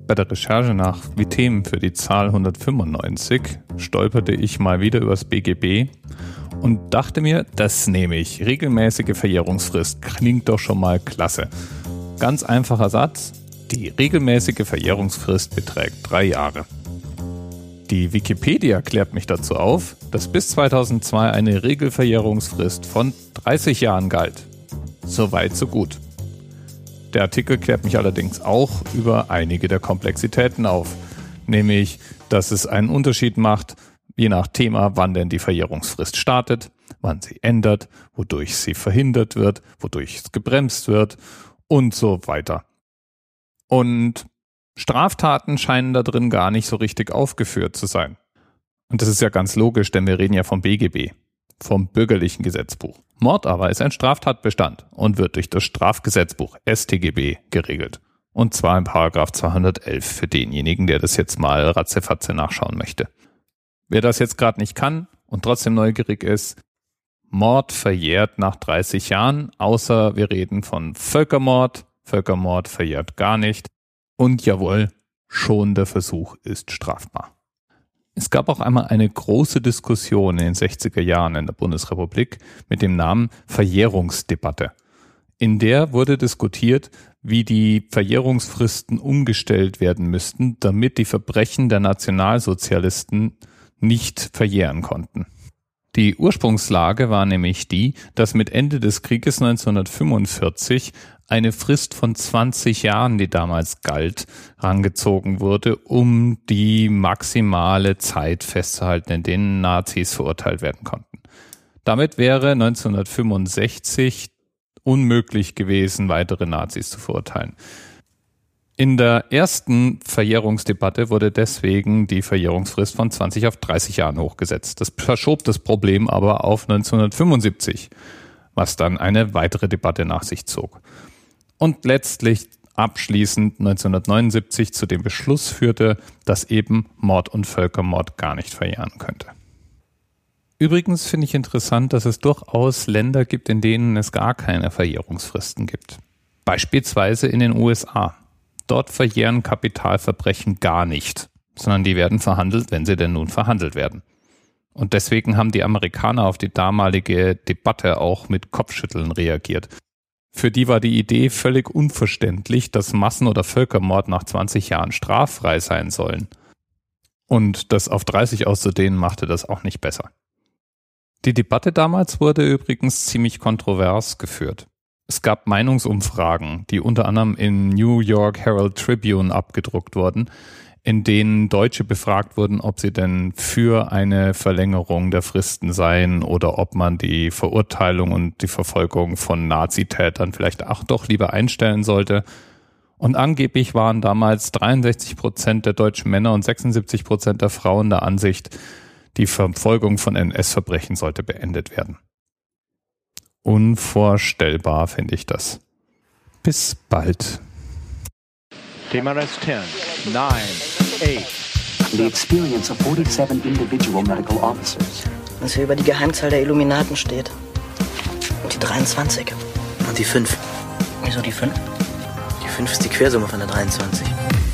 Bei der Recherche nach Themen für die Zahl 195 stolperte ich mal wieder übers BGB und dachte mir, das nehme ich. Regelmäßige Verjährungsfrist klingt doch schon mal klasse. Ganz einfacher Satz, die regelmäßige Verjährungsfrist beträgt 3 Jahre. Die Wikipedia klärt mich dazu auf, dass bis 2002 eine Regelverjährungsfrist von 30 Jahren galt. So weit, so gut. Der Artikel klärt mich allerdings auch über einige der Komplexitäten auf, nämlich, dass es einen Unterschied macht, je nach Thema, wann denn die Verjährungsfrist startet, wann sie ändert, wodurch sie verhindert wird, wodurch es gebremst wird und so weiter. Und Straftaten scheinen da drin gar nicht so richtig aufgeführt zu sein. Und das ist ja ganz logisch, denn wir reden ja vom BGB, vom bürgerlichen Gesetzbuch. Mord aber ist ein Straftatbestand und wird durch das Strafgesetzbuch StGB geregelt. Und zwar in Paragraph 211 für denjenigen, der das jetzt mal ratzefatze nachschauen möchte. Wer das jetzt gerade nicht kann und trotzdem neugierig ist, Mord verjährt nach 30 Jahren, außer wir reden von Völkermord. Völkermord verjährt gar nicht. Und jawohl, schon der Versuch ist strafbar. Es gab auch einmal eine große Diskussion in den 60er Jahren in der Bundesrepublik mit dem Namen Verjährungsdebatte. In der wurde diskutiert, wie die Verjährungsfristen umgestellt werden müssten, damit die Verbrechen der Nationalsozialisten nicht verjähren konnten. Die Ursprungslage war nämlich die, dass mit Ende des Krieges 1945 eine Frist von 20 Jahren, die damals galt, rangezogen wurde, um die maximale Zeit festzuhalten, in denen Nazis verurteilt werden konnten. Damit wäre 1965 unmöglich gewesen, weitere Nazis zu verurteilen. In der ersten Verjährungsdebatte wurde deswegen die Verjährungsfrist von 20 auf 30 Jahren hochgesetzt. Das verschob das Problem aber auf 1975, was dann eine weitere Debatte nach sich zog. Und letztlich abschließend 1979 zu dem Beschluss führte, dass eben Mord und Völkermord gar nicht verjähren könnte. Übrigens finde ich interessant, dass es durchaus Länder gibt, in denen es gar keine Verjährungsfristen gibt. Beispielsweise in den USA. Dort verjähren Kapitalverbrechen gar nicht, sondern die werden verhandelt, wenn sie denn nun verhandelt werden. Und deswegen haben die Amerikaner auf die damalige Debatte auch mit Kopfschütteln reagiert. Für die war die Idee völlig unverständlich, dass Massen- oder Völkermord nach 20 Jahren straffrei sein sollen. Und das auf 30 auszudehnen, machte das auch nicht besser. Die Debatte damals wurde übrigens ziemlich kontrovers geführt. Es gab Meinungsumfragen, die unter anderem in New York Herald Tribune abgedruckt wurden, in denen Deutsche befragt wurden, ob sie denn für eine Verlängerung der Fristen seien oder ob man die Verurteilung und die Verfolgung von Nazitätern vielleicht auch doch lieber einstellen sollte. Und angeblich waren damals 63% der deutschen Männer und 76% der Frauen der Ansicht, die Verfolgung von NS-Verbrechen sollte beendet werden. Unvorstellbar finde ich das. Bis bald. TMRS 10, 9, 8. The experience of 47 individual medical officers. Was hier über die Geheimzahl der Illuminaten steht. Und die 23. Und die 5. Wieso die 5? Die 5 ist die Quersumme von der 23.